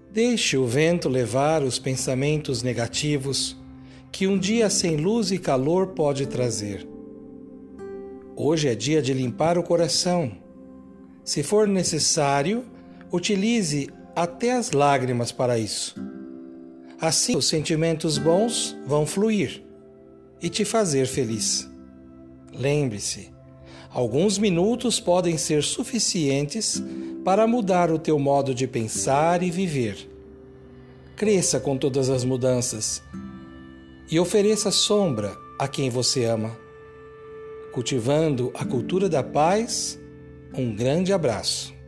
Deixe o vento levar os pensamentos negativos que um dia sem luz e calor pode trazer. Hoje é dia de limpar o coração. Se for necessário, utilize até as lágrimas para isso. Assim, os sentimentos bons vão fluir e te fazer feliz. Lembre-se, alguns minutos podem ser suficientes para mudar o teu modo de pensar e viver. Cresça com todas as mudanças e ofereça sombra a quem você ama. Cultivando a cultura da paz, um grande abraço.